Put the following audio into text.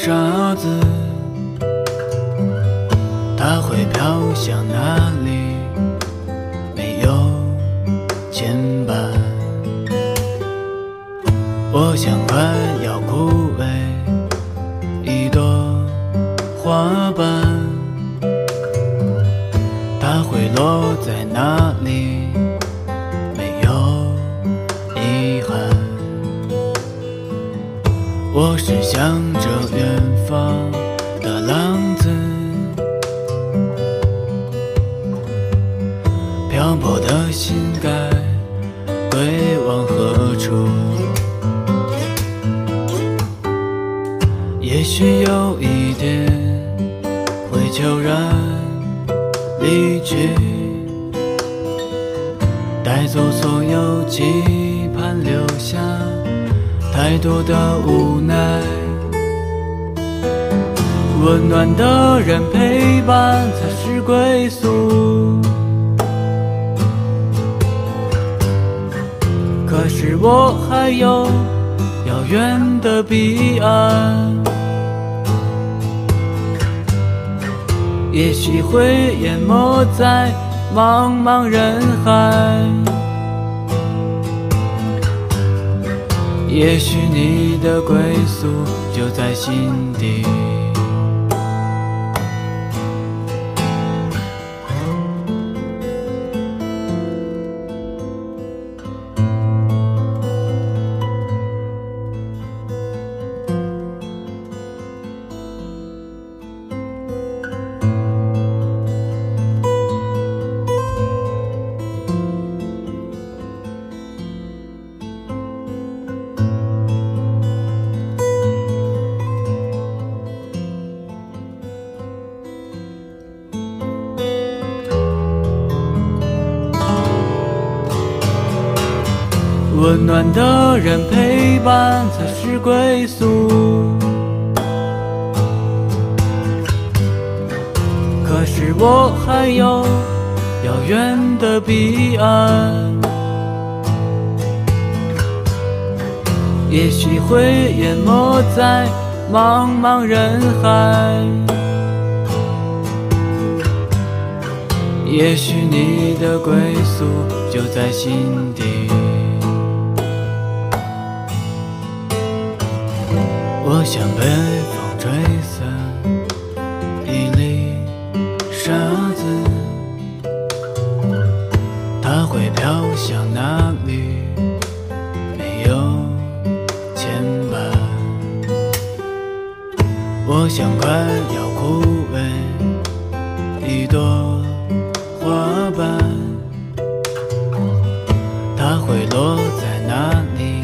沙子，它会飘向哪里？没有牵绊。我想快要枯萎，一朵花瓣，它会落在哪里？没有遗憾。我是向着远方的浪子，漂泊的心该归往何处？也许有一天会悄然离去，带走所有期盼，留下太多的无奈。温暖的人陪伴才是归宿，可是我还有遥远的彼岸，也许会淹没在茫茫人海，也许你的归宿就在心底。温暖的人陪伴才是归宿，可是我还有遥远的彼岸，也许会淹没在茫茫人海，也许你的归宿就在心底。我想被风吹散一粒沙子，它会飘向哪里？没有牵绊。我想快要枯萎，一朵花瓣，它会落在哪里？